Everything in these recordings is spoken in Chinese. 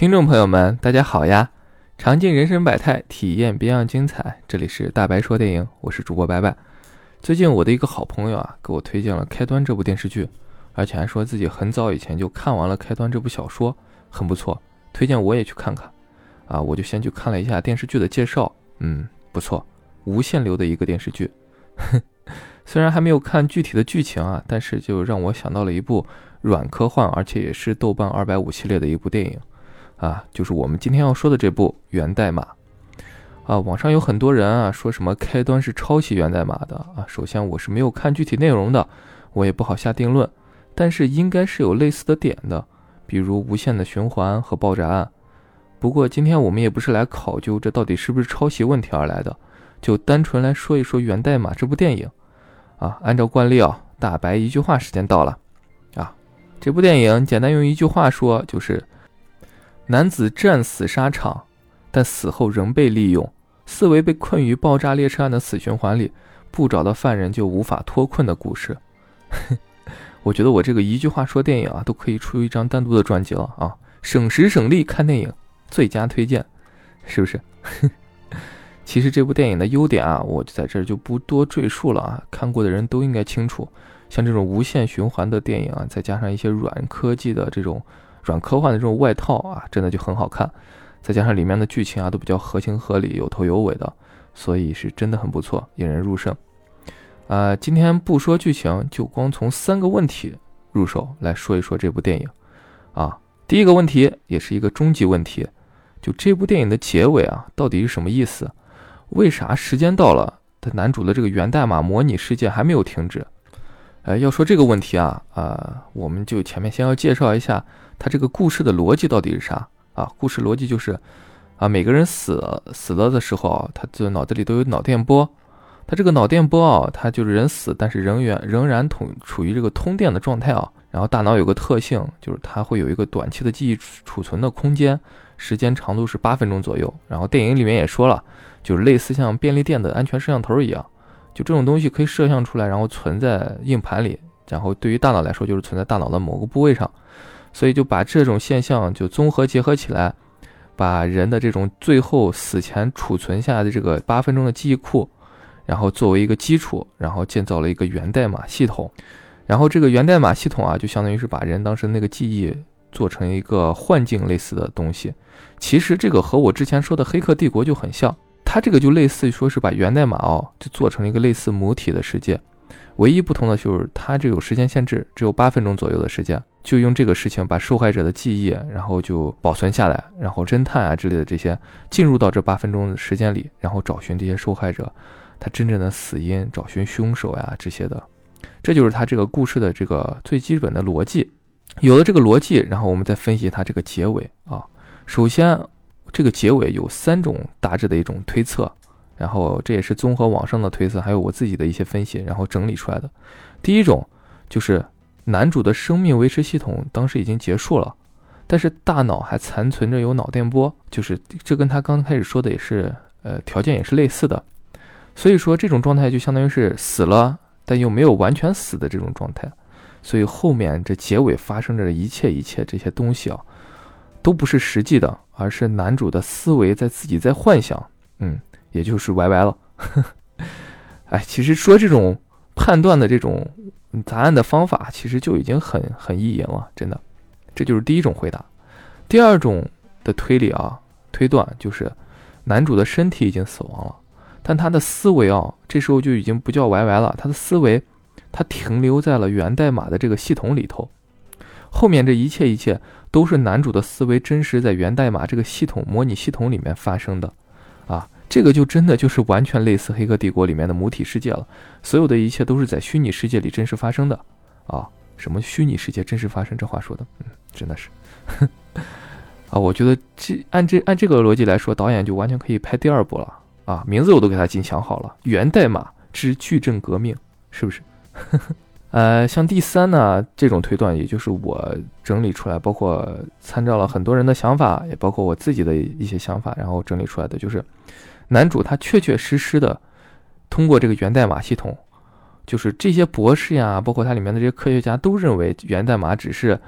听众朋友们，大家好呀！尝尽人生百态，体验别样精彩。这里是大白说电影，我是主播白白。最近我的一个好朋友给我推荐了《开端》这部电视剧，而且还说自己很早以前就看完了《开端》这部小说，很不错，推荐我也去看看。我就先去看了一下电视剧的介绍，不错，无限流的一个电视剧。虽然还没有看具体的剧情但是就让我想到了一部软科幻，而且也是豆瓣250系列的一部电影。就是我们今天要说的这部《源代码》网上有很多人说什么开端是抄袭源代码的首先我是没有看具体内容的，我也不好下定论，但是应该是有类似的点的，比如无限的循环和爆炸案。不过今天我们也不是来考究这到底是不是抄袭问题而来的，就单纯来说一说《源代码》这部电影按照惯例大白一句话时间到了这部电影简单用一句话说，就是男子战死沙场，但死后仍被利用，思维被困于爆炸列车案的死循环里，不找到犯人就无法脱困的故事。我觉得我这个一句话说电影都可以出一张单独的专辑了省时省力看电影，最佳推荐，是不是？其实这部电影的优点我在这儿就不多赘述了看过的人都应该清楚。像这种无限循环的电影再加上一些软科技的这种软科幻的这种外套真的就很好看，再加上里面的剧情都比较合情合理，有头有尾的，所以是真的很不错，引人入胜。今天不说剧情，就光从3个问题入手来说一说这部电影第一个问题也是一个终极问题，就这部电影的结尾到底是什么意思？为啥时间到了男主的这个源代码模拟世界还没有停止？要说这个问题我们就前面先要介绍一下他这个故事的逻辑到底是啥故事逻辑就是每个人死了的时候他的脑子里都有脑电波，他这个脑电波他就是人死但是仍然处于这个通电的状态然后大脑有个特性，就是它会有一个短期的记忆储存的空间，时间长度是8分钟左右。然后电影里面也说了，就是类似像便利店的安全摄像头一样，就这种东西可以摄像出来，然后存在硬盘里，然后对于大脑来说就是存在大脑的某个部位上。所以就把这种现象就综合结合起来，把人的这种最后死前储存下的这个8分钟的记忆库，然后作为一个基础，然后建造了一个源代码系统。然后这个源代码系统就相当于是把人当时那个记忆做成一个幻境类似的东西。其实这个和我之前说的黑客帝国就很像，它这个就类似于说是把源代码就做成了一个类似母体的世界，唯一不同的就是它这有时间限制，只有8分钟左右的时间，就用这个事情把受害者的记忆然后就保存下来，然后侦探之类的这些进入到这8分钟的时间里，然后找寻这些受害者他真正的死因，找寻凶手这些的。这就是他这个故事的这个最基本的逻辑。有了这个逻辑，然后我们再分析他这个结尾首先这个结尾有3种大致的一种推测，然后这也是综合网上的推测还有我自己的一些分析然后整理出来的。第一种就是男主的生命维持系统当时已经结束了，但是大脑还残存着有脑电波，就是这跟他刚开始说的也是条件也是类似的。所以说这种状态就相当于是死了但又没有完全死的这种状态。所以后面这结尾发生着的一切这些东西都不是实际的，而是男主的思维自己在幻想，也就是歪了。其实说这种判断的这种答案的方法其实就已经很意淫了，真的。这就是第一种回答。第二种的推理推断就是男主的身体已经死亡了，但他的思维这时候就已经不叫歪了，他的思维他停留在了源代码的这个系统里头。后面这一切都是男主的思维真实在源代码这个系统模拟系统里面发生的这个就真的就是完全类似黑客帝国里面的母体世界了，所有的一切都是在虚拟世界里真实发生的什么虚拟世界真实发生，这话说的真的是我觉得按这个逻辑来说，导演就完全可以拍第2部了名字我都给他已经想好了，源代码之矩阵革命，是不是？像第3呢，这种推断也就是我整理出来，包括参照了很多人的想法，也包括我自己的一些想法，然后整理出来的，就是男主他确实的通过这个源代码系统，就是这些博士包括他里面的这些科学家都认为源代码只是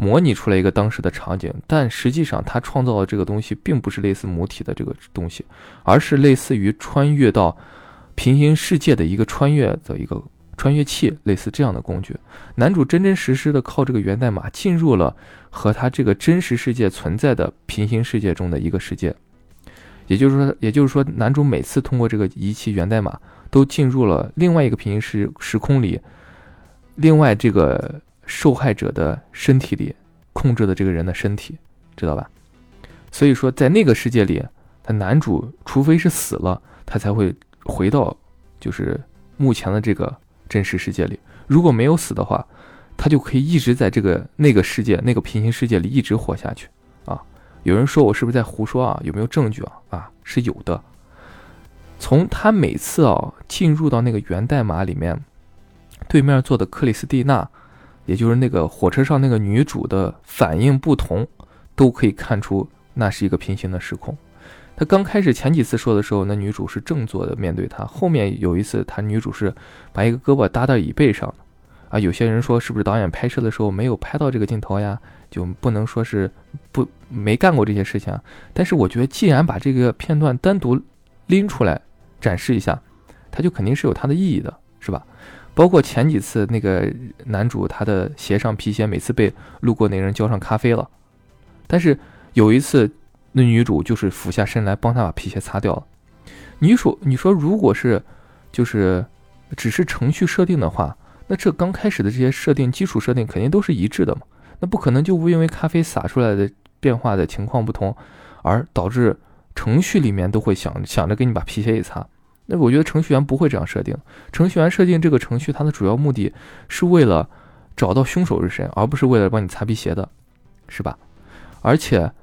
模拟出来一个当时的场景，但实际上他创造的这个东西并不是类似母体的这个东西，而是类似于穿越到平行世界的一个穿越器，类似这样的工具。男主真真实实的靠这个源代码进入了和他这个真实世界存在的平行世界中的一个世界，也就是说男主每次通过这个仪器源代码都进入了另外一个平行时空里，另外这个受害者的身体里控制的这个人的身体，知道吧？所以说在那个世界里，他男主除非是死了，他才会回到就是目前的这个真实世界里，如果没有死的话，他就可以一直在那个世界那个平行世界里一直活下去啊。有人说我是不是在胡说啊？有没有证据啊？是有的。从他每次进入到那个源代码里面，对面坐的克里斯蒂娜，也就是那个火车上那个女主的反应不同，都可以看出那是一个平行的时空。他刚开始前几次说的时候，那女主是正坐的面对他，后面有一次他女主是把一个胳膊搭到椅背上的啊。有些人说是不是导演拍摄的时候没有拍到这个镜头呀，就不能说是没干过这些事情啊。但是我觉得既然把这个片段单独拎出来展示一下，它就肯定是有它的意义的，是吧？包括前几次那个男主他的鞋上皮鞋每次被路过那人浇上咖啡了，但是有一次那女主就是俯下身来帮他把皮鞋擦掉了。你说如果是就是只是程序设定的话，那这刚开始的这些设定基础设定肯定都是一致的嘛，那不可能就因为咖啡洒出来的变化的情况不同而导致程序里面都会想着给你把皮鞋一擦。那我觉得程序员不会这样设定，程序员设定这个程序它的主要目的是为了找到凶手是谁，而不是为了帮你擦皮鞋的，是吧？而且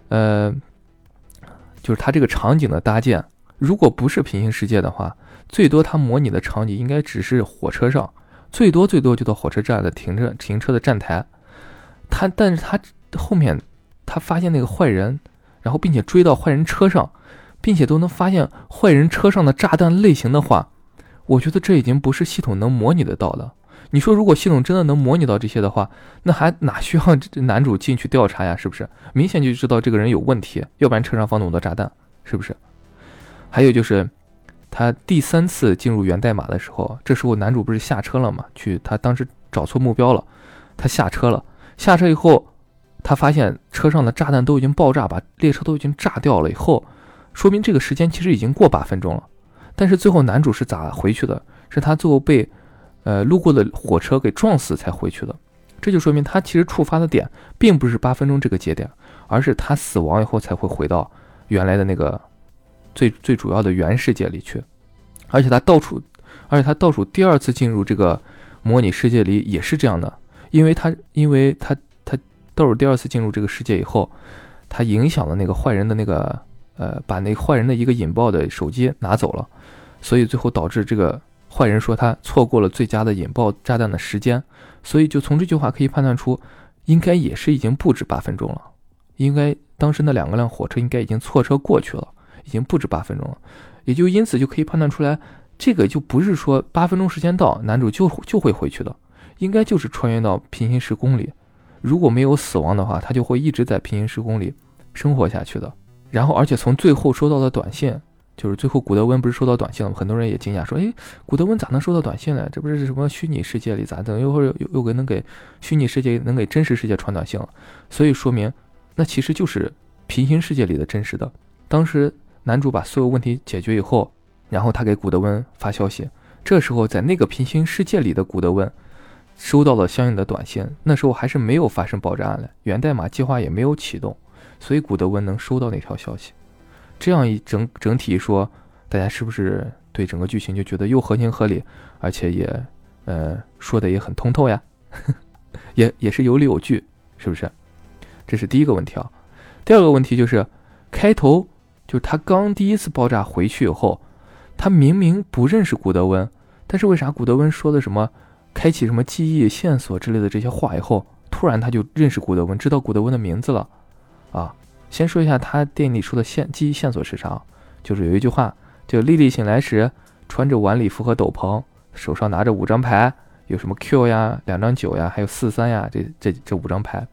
就是它这个场景的搭建，如果不是平行世界的话，最多它模拟的场景应该只是火车上，最多就到火车站的停车的站台。但是他后面他发现那个坏人，然后并且追到坏人车上，并且都能发现坏人车上的炸弹类型的话，我觉得这已经不是系统能模拟得到的。你说如果系统真的能模拟到这些的话，那还哪需要男主进去调查呀？是不是？明显就知道这个人有问题，要不然车上放那么多炸弹，是不是？还有就是他第3次进入源代码的时候，这时候男主不是下车了吗？他当时找错目标了，他下车了。下车以后，他发现车上的炸弹都已经爆炸，把列车都已经炸掉了以后，说明这个时间其实已经过8分钟了。但是最后男主是咋回去的？是他最后被路过的火车给撞死才回去的。这就说明他其实触发的点并不是8分钟这个节点，而是他死亡以后才会回到原来的那个最主要的原世界里去。而且他倒数第2次进入这个模拟世界里也是这样的，因为他倒数第2次进入这个世界以后，他影响了那个坏人的那个把那个坏人的一个引爆的手机拿走了，所以最后导致这个坏人说他错过了最佳的引爆炸弹的时间。所以就从这句话可以判断出，应该也是已经不止8分钟了，应该当时那2辆火车应该已经错车过去了，已经不止8分钟了。也就因此就可以判断出来，这个就不是说8分钟时间到男主就会回去的，应该就是穿越到平行时空里。如果没有死亡的话，他就会一直在平行时空里生活下去的。然后而且从最后收到的短信，就是最后古德温不是收到短信了吗？很多人也惊讶说，古德温咋能收到短信呢？这不是什么虚拟世界里咋整？又能给虚拟世界能给真实世界传短信了？所以说明那其实就是平行世界里的真实的。当时男主把所有问题解决以后，然后他给古德温发消息，这时候在那个平行世界里的古德温收到了相应的短信，那时候还是没有发生爆炸案的，源代码计划也没有启动，所以古德温能收到那条消息。这样一整体说，大家是不是对整个剧情就觉得又合情合理，而且也说的也很通透呀？也是有理有据，是不是？这是第一个问题啊。第二个问题就是开头就是他刚第1次爆炸回去以后，他明明不认识古德温，但是为啥古德温说的什么开启什么记忆线索之类的这些话以后，突然他就认识古德温，知道古德温的名字了啊？先说一下他电影里说的记忆线索是啥，就是有一句话，就莉莉醒来时穿着晚礼服和斗篷，手上拿着5张牌，有什么 Q 呀、2张9呀，还有4、3呀，这5张牌。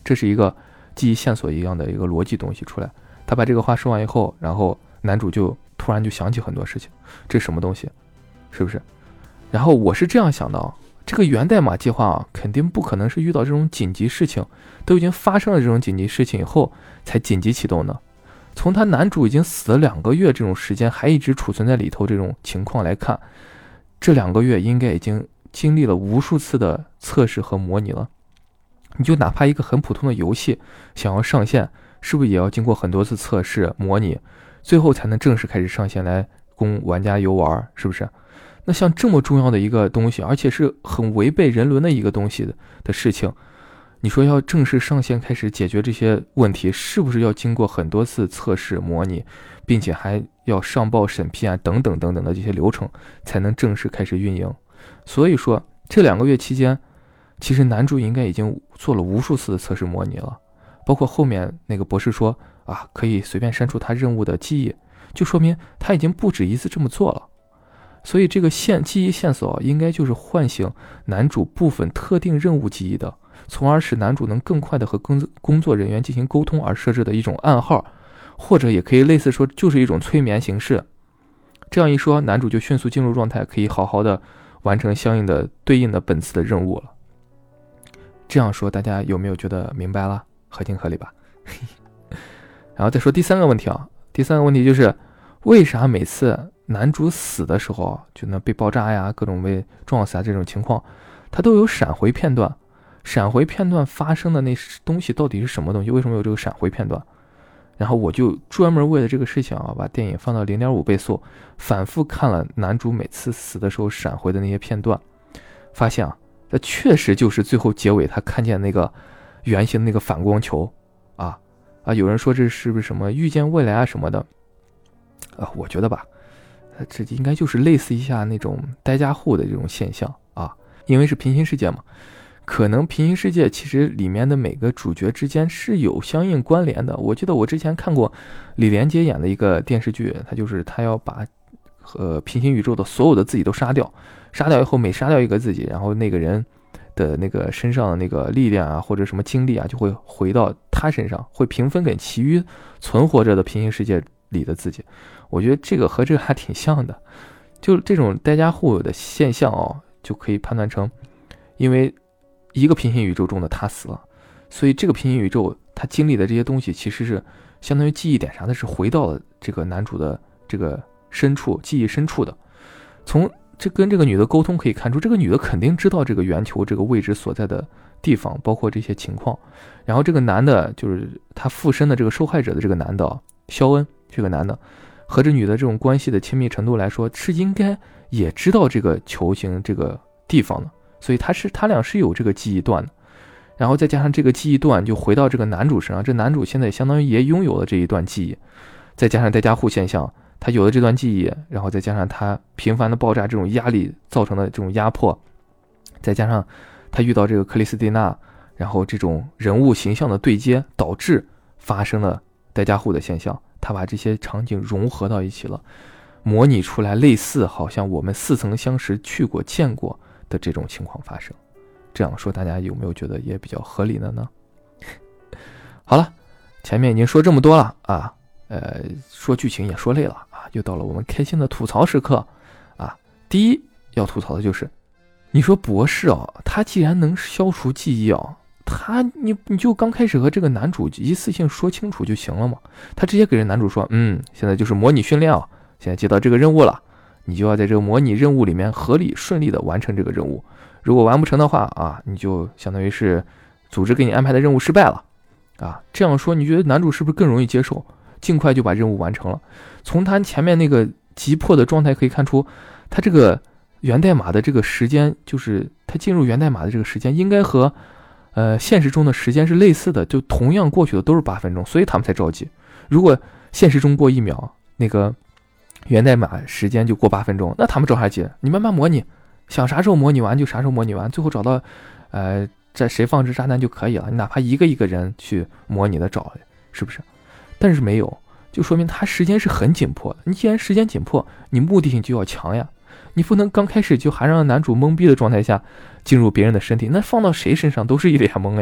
这是一个记忆线索一样的一个逻辑东西出来。他把这个话说完以后，然后男主就突然就想起很多事情，这是什么东西，是不是？然后我是这样想的啊，这个源代码计划啊，肯定不可能是遇到这种紧急事情，都已经发生了这种紧急事情以后才紧急启动的。从他男主已经死了2个月这种时间，还一直储存在里头这种情况来看，这2个月应该已经经历了无数次的测试和模拟了。你就哪怕一个很普通的游戏想要上线，是不是也要经过很多次测试模拟，最后才能正式开始上线来供玩家游玩，是不是？那像这么重要的一个东西，而且是很违背人伦的一个东西的事情，你说要正式上线开始解决这些问题，是不是要经过很多次测试模拟，并且还要上报审批啊等等等等的这些流程，才能正式开始运营？所以说这2个月期间，其实男主应该已经做了无数次的测试模拟了，包括后面那个博士说啊，可以随便删除他任务的记忆，就说明他已经不止一次这么做了。所以这个记忆线索应该就是唤醒男主部分特定任务记忆的，从而使男主能更快的和工作人员进行沟通而设置的一种暗号，或者也可以类似说就是一种催眠形式。这样一说，男主就迅速进入状态，可以好好的完成相应的对应的本次的任务了。这样说大家有没有觉得明白了？合情合理吧？然后再说第3个问题啊，第3个问题就是为啥每次男主死的时候，就那被爆炸呀，各种被撞死啊这种情况，他都有闪回片段。闪回片段发生的那东西到底是什么东西？为什么有这个闪回片段？然后我就专门为了这个事情啊，把电影放到0.5倍速，反复看了男主每次死的时候闪回的那些片段，发现啊，这确实就是最后结尾他看见那个圆形的那个反光球啊，有人说这是不是什么预见未来啊什么的啊？我觉得吧，这应该就是类似一下那种呆加户的这种现象啊，因为是平行世界嘛，可能平行世界其实里面的每个主角之间是有相应关联的。我记得我之前看过李连杰演的一个电视剧，他要把平行宇宙的所有的自己都杀掉以后每杀掉一个自己，然后那个人的那个身上的那个力量啊或者什么精力啊就会回到他身上，会平分给其余存活着的平行世界里的自己。我觉得这个和这个还挺像的，就这种呆加户的现象哦，就可以判断成因为一个平行宇宙中的他死了，所以这个平行宇宙他经历的这些东西其实是相当于记忆点啥的是回到了这个男主的这个深处，记忆深处的。从这跟这个女的沟通可以看出，这个女的肯定知道这个圆球这个位置所在的地方，包括这些情况。然后这个男的就是他附身的这个受害者的这个男的肖恩，这个男的和这女的这种关系的亲密程度来说，是应该也知道这个球形这个地方的，所以他俩是有这个记忆段的。然后再加上这个记忆段就回到这个男主身上，这男主现在相当于也拥有了这一段记忆，再加上呆加户现象，他有了这段记忆，然后再加上他频繁的爆炸这种压力造成的这种压迫，再加上他遇到这个克里斯蒂娜，然后这种人物形象的对接，导致发生了呆加户的现象。他把这些场景融合到一起了，模拟出来类似好像我们似曾相识去过见过的这种情况发生。这样说大家有没有觉得也比较合理的呢？好了，前面已经说这么多了啊，说剧情也说累了啊，又到了我们开心的吐槽时刻啊。第一要吐槽的就是，你说博士啊，他既然能消除记忆啊，你就刚开始和这个男主一次性说清楚就行了嘛。他直接给人男主说，现在就是模拟训练啊，现在接到这个任务了，你就要在这个模拟任务里面合理顺利的完成这个任务。如果完不成的话啊，你就相当于是组织给你安排的任务失败了啊。这样说，你觉得男主是不是更容易接受，尽快就把任务完成了？从他前面那个急迫的状态可以看出，他这个源代码的这个时间，就是他进入源代码的这个时间，应该和现实中的时间是类似的，就同样过去的都是8分钟，所以他们才着急。如果现实中过1秒，那个源代码时间就过8分钟，那他们着啥急？你慢慢模拟，想啥时候模拟完就啥时候模拟完，最后找到这谁放置炸弹就可以了。你哪怕一个人去模拟的找，是不是？但是没有，就说明他时间是很紧迫的。你既然时间紧迫，你目的性就要强呀，你不能刚开始就还让男主懵逼的状态下进入别人的身体，那放到谁身上都是一脸懵呀。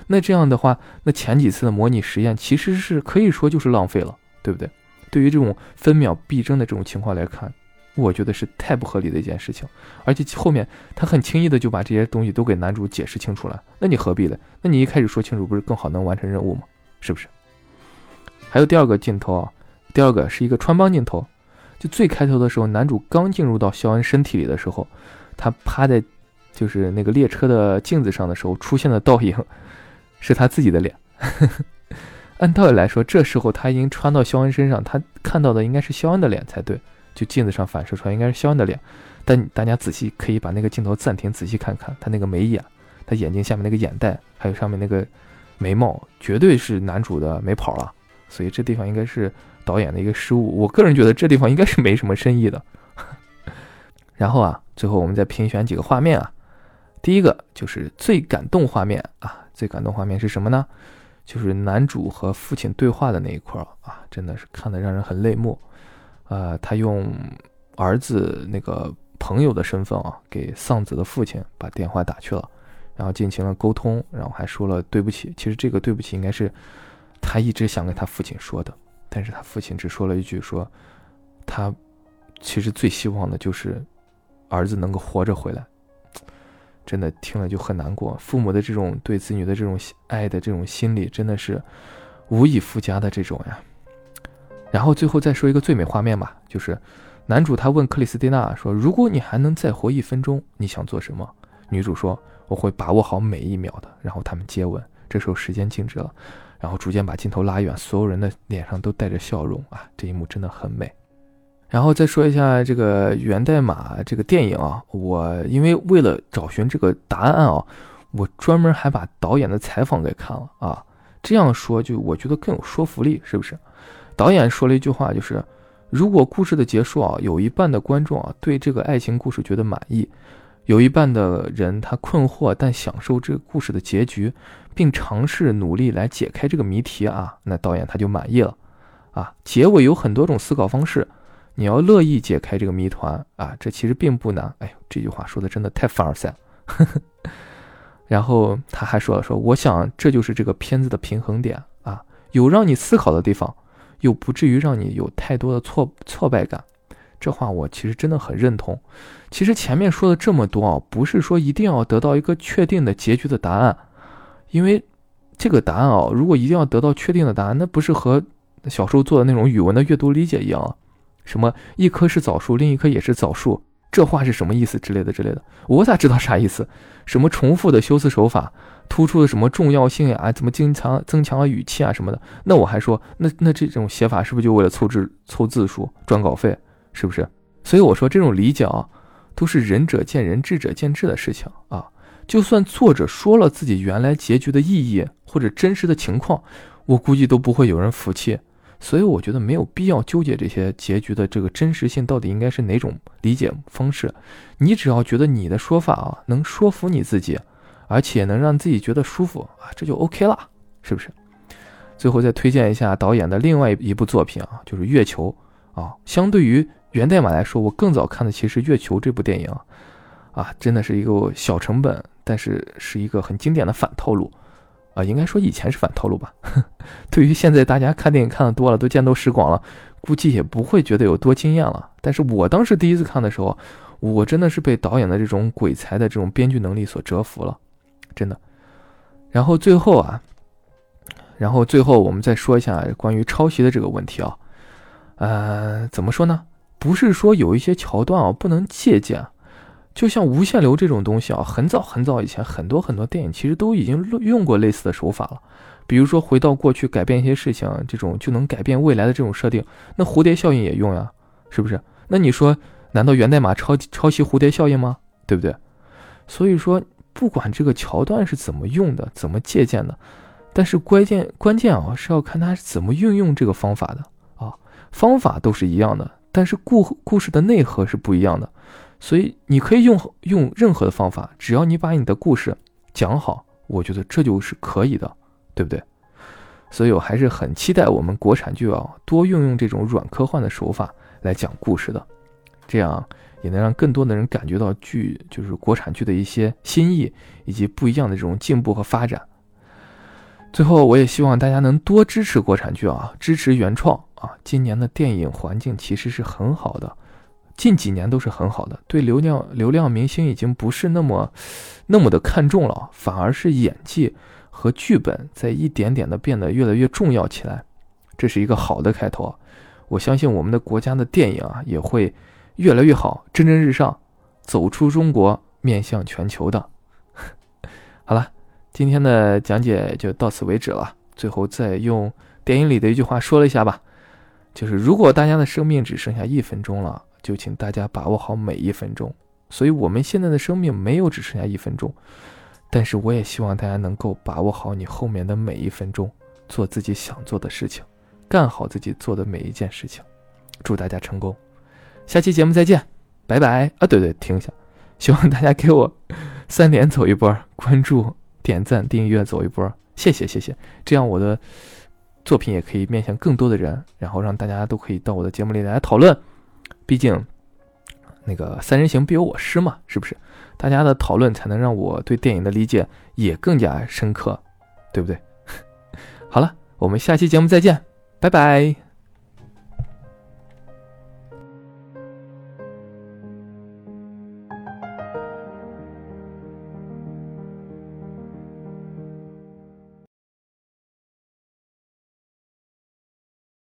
那这样的话，那前几次的模拟实验其实是可以说就是浪费了，对不对？对于这种分秒必争的这种情况来看，我觉得是太不合理的一件事情。而且后面他很轻易的就把这些东西都给男主解释清楚了，那你何必呢？那你一开始说清楚不是更好能完成任务吗？是不是？还有第二个镜头啊，第二个是一个穿帮镜头，就最开头的时候，男主刚进入到肖恩身体里的时候，他趴在就是那个列车的镜子上的时候，出现的倒影是他自己的脸。按道理来说，这时候他已经穿到肖恩身上，他看到的应该是肖恩的脸才对，就镜子上反射出来应该是肖恩的脸。但大家仔细可以把那个镜头暂停，仔细看看他那个眉眼，他眼睛下面那个眼袋，还有上面那个眉毛，绝对是男主的没跑了。所以这地方应该是导演的一个失误，我个人觉得这地方应该是没什么深意的。然后啊，最后我们再评选几个画面啊。第一个就是最感动画面啊，最感动画面是什么呢？就是男主和父亲对话的那一块啊，真的是看得让人很泪目。他用儿子那个朋友的身份啊，给丧子的父亲把电话打去了，然后进行了沟通，然后还说了对不起。其实这个对不起应该是他一直想跟他父亲说的，但是他父亲只说了一句，说他其实最希望的就是儿子能够活着回来。真的听了就很难过，父母的这种对子女的这种爱的这种心理真的是无以复加的这种呀。然后最后再说一个最美画面吧，就是男主他问克里斯蒂娜说，如果你还能再活1分钟，你想做什么？女主说，我会把握好每一秒的。然后他们接吻，这时候时间静止了，然后逐渐把镜头拉远，所有人的脸上都带着笑容啊，这一幕真的很美。然后再说一下这个源代码这个电影啊，我因为为了找寻这个答案啊，我专门还把导演的采访给看了啊。这样说就我觉得更有说服力，是不是？导演说了一句话，就是如果故事的结束啊，有一半的观众啊对这个爱情故事觉得满意，有一半的人他困惑但享受这个故事的结局，并尝试努力来解开这个谜题啊，那导演他就满意了啊。结尾有很多种思考方式，你要乐意解开这个谜团啊，这其实并不难。哎呦，这句话说的真的太凡尔赛了。然后他还说了，我想这就是这个片子的平衡点啊，有让你思考的地方，又不至于让你有太多的挫败感。这话我其实真的很认同。其实前面说的这么多啊，不是说一定要得到一个确定的结局的答案，因为这个答案啊，如果一定要得到确定的答案，那不是和小时候做的那种语文的阅读理解一样啊？什么一棵是枣树，另一棵也是枣树，这话是什么意思之类的，我咋知道啥意思？什么重复的修辞手法，突出的什么重要性啊，怎么增强了语气啊什么的，那我还说那这种写法是不是就为了凑字数赚稿费，是不是？所以我说这种理解啊，都是仁者见仁，智者见智的事情啊。就算作者说了自己原来结局的意义或者真实的情况，我估计都不会有人服气。所以我觉得没有必要纠结这些结局的这个真实性到底应该是哪种理解方式，你只要觉得你的说法啊能说服你自己，而且能让自己觉得舒服啊，这就 OK 了，是不是？最后再推荐一下导演的另外一部作品啊，就是《月球》啊。相对于源代码来说，我更早看的其实《月球》这部电影啊，真的是一个小成本，但是是一个很经典的反套路。应该说以前是反套路吧。对于现在大家看电影看得多了，都见多识广了，估计也不会觉得有多惊艳了。但是我当时第一次看的时候，我真的是被导演的这种鬼才的这种编剧能力所折服了，真的。然后最后我们再说一下关于抄袭的这个问题啊。怎么说呢？不是说有一些桥段不能借鉴。就像无限流这种东西很早以前，很多电影其实都已经用过类似的手法了。比如说回到过去改变一些事情，这种就能改变未来的这种设定，那蝴蝶效应也用呀，是不是？那你说难道源代码抄袭蝴蝶效应吗？对不对？所以说不管这个桥段是怎么用的，怎么借鉴的，但是关键是要看它是怎么运用这个方法的方法都是一样的，但是故事的内核是不一样的。所以你可以用任何的方法，只要你把你的故事讲好，我觉得这就是可以的，对不对？所以我还是很期待我们国产剧多运用这种软科幻的手法来讲故事的，这样也能让更多的人感觉到就是国产剧的一些新意以及不一样的这种进步和发展。 最后我也希望大家能多支持国产剧啊，支持原创啊。今年的电影环境其实是很好的，近几年都是很好的，对流量明星已经不是那么的看重了，反而是演技和剧本在一点点的变得越来越重要起来，这是一个好的开头。我相信我们的国家的电影啊也会越来越好，蒸蒸日上，走出中国，面向全球的。好了，今天的讲解就到此为止了。最后再用电影里的一句话说了一下吧，就是如果大家的生命只剩下1分钟了，就请大家把握好每1分钟。所以我们现在的生命没有只剩下1分钟，但是我也希望大家能够把握好你后面的每1分钟，做自己想做的事情，干好自己做的每一件事情。祝大家成功，下期节目再见，拜拜啊！对，停一下，希望大家给我3连走一波，关注、点赞、订阅走一波，谢谢，这样我的作品也可以面向更多的人，然后让大家都可以到我的节目里来讨论。毕竟那个3人行必有我师嘛，是不是？大家的讨论才能让我对电影的理解也更加深刻，对不对？好了，我们下期节目再见，拜拜。